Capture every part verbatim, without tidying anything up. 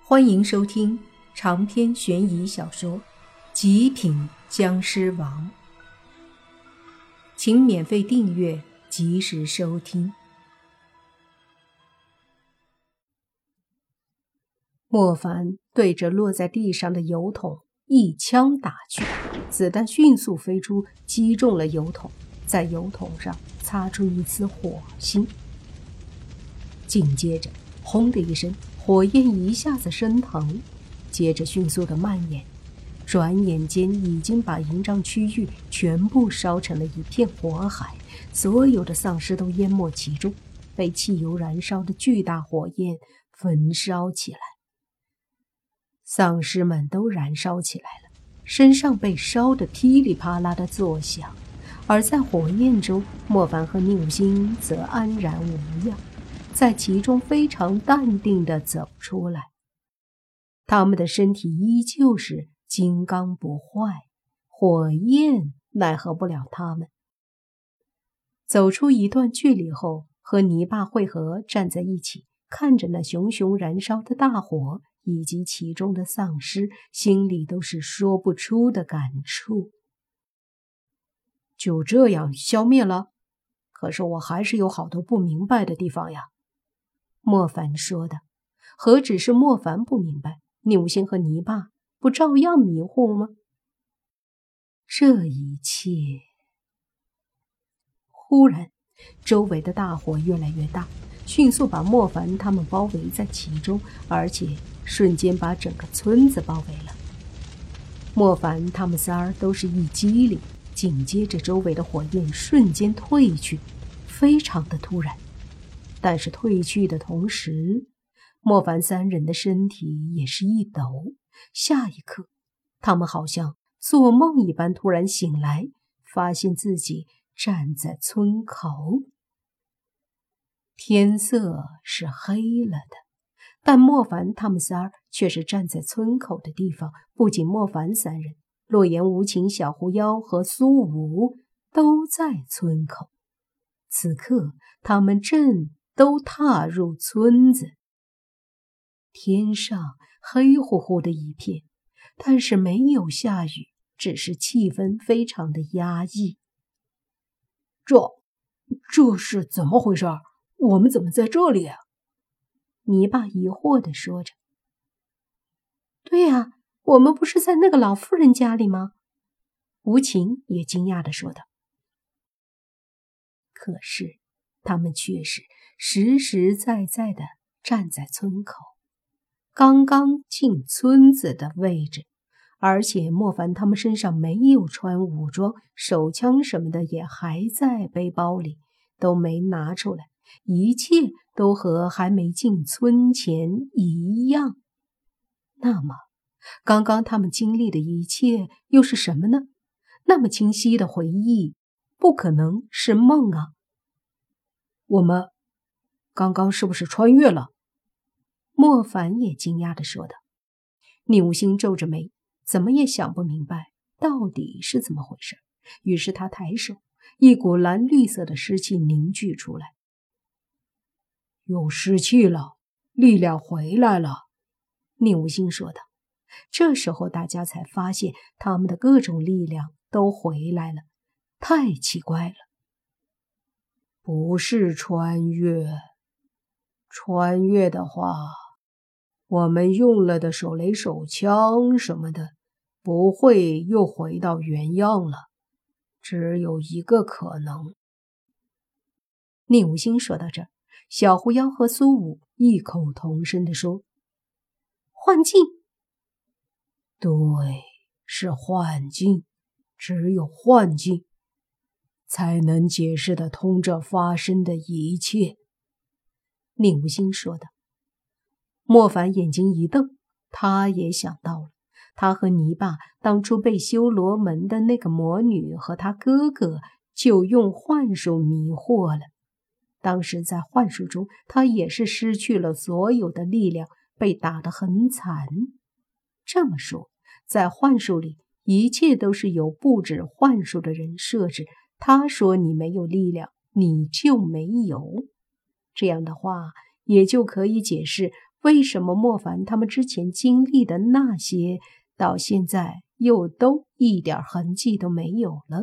欢迎收听长篇悬疑小说《极品僵尸王》，请免费订阅，及时收听。莫凡对着落在地上的油桶一枪打去，子弹迅速飞出，击中了油桶，在油桶上擦出一丝火星。紧接着轰的一声，火焰一下子升腾，接着迅速的蔓延，转眼间已经把营帐区域全部烧成了一片火海，所有的丧尸都淹没其中，被汽油燃烧的巨大火焰焚烧起来。丧尸们都燃烧起来了，身上被烧得噼里啪啦的作响，而在火焰中，莫凡和宁武星则安然无恙，在其中非常淡定地走出来。他们的身体依旧是金刚不坏，火焰奈何不了他们。走出一段距离后，和泥巴汇合站在一起，看着那熊熊燃烧的大火以及其中的丧尸，心里都是说不出的感触。就这样消灭了？可是我还是有好多不明白的地方呀。莫凡说的。何止是莫凡不明白，宁武星和泥巴不照样迷糊吗？这一切……忽然，周围的大火越来越大，迅速把莫凡他们包围在其中，而且瞬间把整个村子包围了。莫凡他们仨儿都是一激灵，紧接着周围的火焰瞬间退去，非常的突然。但是退去的同时，莫凡三人的身体也是一抖，下一刻，他们好像做梦一般突然醒来，发现自己站在村口。天色是黑了的，但莫凡他们仨却是站在村口的地方。不仅莫凡三人，洛言、无情、小狐妖和苏武都在村口。此刻，他们正都踏入村子。天上黑乎乎的一片，但是没有下雨，只是气氛非常的压抑。 这这是怎么回事？我们怎么在这里啊？ 泥巴疑惑地说着。对啊，我们不是在那个老妇人家里吗？无情也惊讶地说道。可是他们却是实实在在地站在村口，刚刚进村子的位置，而且莫凡他们身上没有穿武装，手枪什么的也还在背包里，都没拿出来，一切都和还没进村前一样。那么，刚刚他们经历的一切又是什么呢？那么清晰的回忆，不可能是梦啊！ 我们刚刚是不是穿越了？ 莫凡也惊讶地说道。宁武星皱着眉，怎么也想不明白到底是怎么回事。于是他抬手，一股蓝绿色的湿气凝聚出来。 有湿气了，力量回来了， 宁武星说道。这时候大家才发现他们的各种力量都回来了，太奇怪了。 不是穿越，穿越的话，我们用了的手雷手枪什么的，不会又回到原样了。只有一个可能。 宁武星说到这儿，小狐妖和苏武异口同声地说：“幻境。” 对，是幻境，只有幻境才能解释得通这发生的一切。 宁武星说道。莫凡眼睛一瞪，他也想到了，他和泥巴当初被修罗门的那个魔女和他哥哥就用幻术迷惑了。当时在幻术中，他也是失去了所有的力量，被打得很惨。这么说，在幻术里，一切都是由布置幻术的人设置。他说你没有力量，你就没有。这样的话，也就可以解释为什么莫凡他们之前经历的那些，到现在又都一点痕迹都没有了？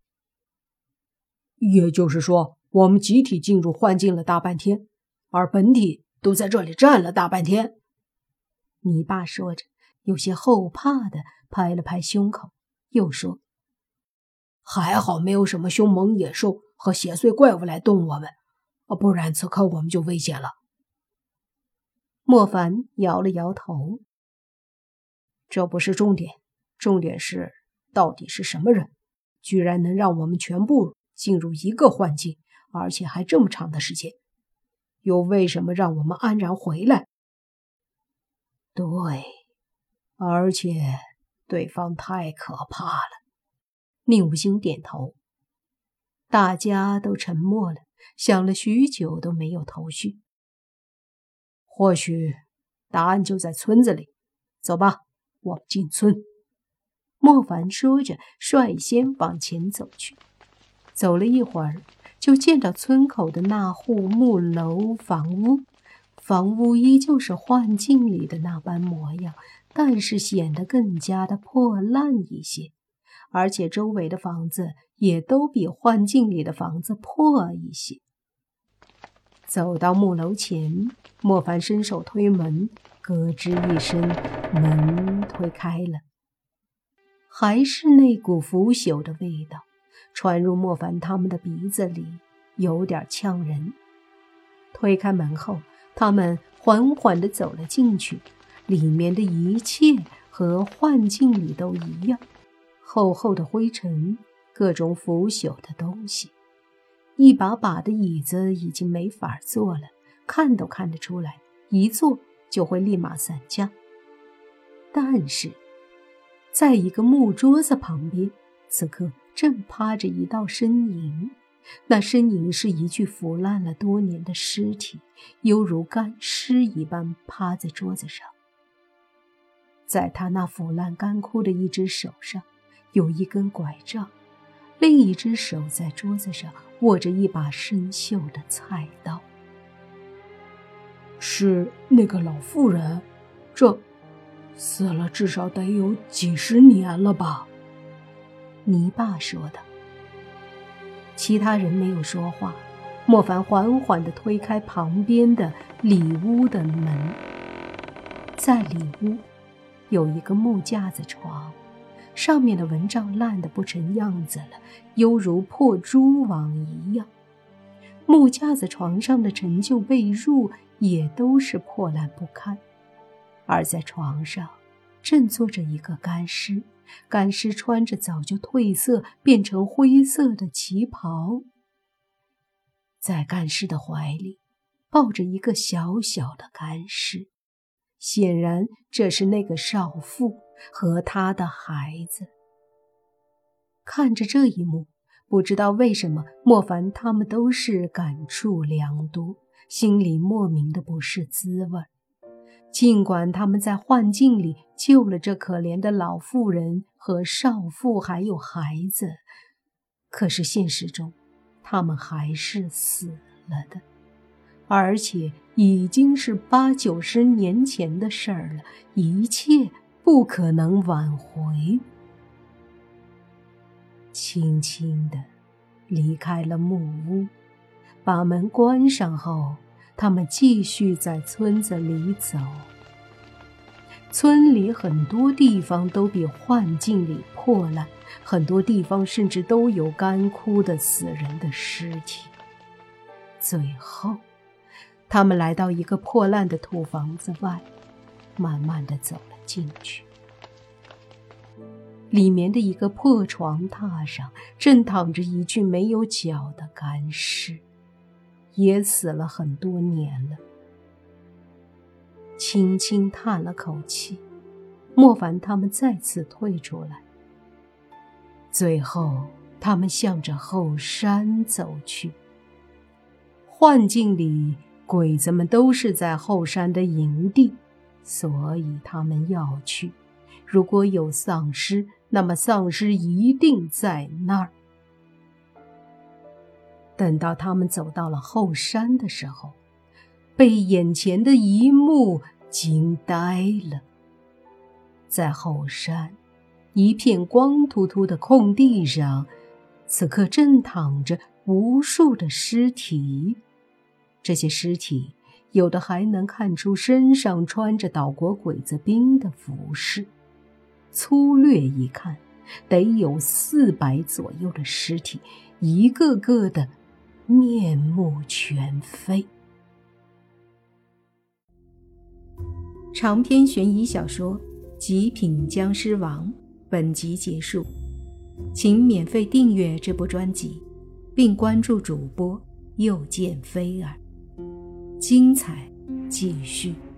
也就是说，我们集体进入幻境了大半天，而本体都在这里站了大半天。 你爸说着，有些后怕的拍了拍胸口，又说：“ 还好没有什么凶猛野兽和邪祟怪物来动我们，不然此刻我们就危险了。” 莫凡摇了摇头：“ 这不是重点，重点是到底是什么人，居然能让我们全部进入一个幻境，而且还这么长的时间，又为什么让我们安然回来？” 对， 而且对方太可怕了。 宁无心点头。大家都沉默了，想了许久都没有头绪。 或许答案就在村子里，走吧，我们进村。 莫凡说着，率先往前走去。走了一会儿，就见到村口的那户木楼房屋。房屋依旧是幻境里的那般模样，但是显得更加的破烂一些，而且周围的房子也都比幻境里的房子破一些。走到木楼前，莫凡伸手推门，咯吱一声，门推开了。还是那股腐朽的味道，传入莫凡他们的鼻子里，有点呛人。推开门后，他们缓缓地走了进去，里面的一切和幻境里都一样，厚厚的灰尘，各种腐朽的东西。一把把的椅子已经没法坐了，看都看得出来，一坐就会立马散架。但是，在一个木桌子旁边，此刻正趴着一道身影。那身影是一具腐烂了多年的尸体，犹如干尸一般趴在桌子上。在他那腐烂干枯的一只手上，有一根拐杖，另一只手在桌子上握着一把生锈的菜刀。 是那个老妇人，这死了至少得有几十年了吧？ 泥爸说的。其他人没有说话，莫凡缓缓地推开旁边的里屋的门。在里屋有一个木架子床，上面的蚊帐烂得不成样子了，犹如破蛛网一样。木架子床上的陈旧被褥也都是破烂不堪，而在床上正坐着一个干尸，干尸穿着早就褪色变成灰色的旗袍，在干尸的怀里抱着一个小小的干尸，显然这是那个少妇和她的孩子。看着这一幕，不知道为什么莫凡他们都是感触良多，心里莫名的不是滋味。尽管他们在幻境里救了这可怜的老妇人和少妇还有孩子，可是现实中他们还是死了的，而且已经是八九十年前的事儿了，一切不可能挽回。轻轻地离开了木屋，把门关上后，他们继续在村子里走。村里很多地方都比幻境里破烂，很多地方甚至都有干枯的死人的尸体。最后，他们来到一个破烂的土房子外，慢慢地走了进去。里面的一个破床榻上，正躺着一具没有脚的干尸，也死了很多年了。轻轻叹了口气，莫凡他们再次退出来。最后，他们向着后山走去。幻境里，鬼子们都是在后山的营地，所以他们要去。如果有丧尸，那么丧尸一定在那儿。等到他们走到了后山的时候， 被眼前的一幕惊呆了。在后山，一片光秃秃的空地上，此刻正躺着无数的尸体。这些尸体有的还能看出身上穿着岛国鬼子兵的服饰，粗略一看，得有四百左右的尸体，一个个的面目全非。 长篇悬疑小说《极品僵尸王》本集结束，请免费订阅这部专辑，并关注主播又见菲儿，精彩继续。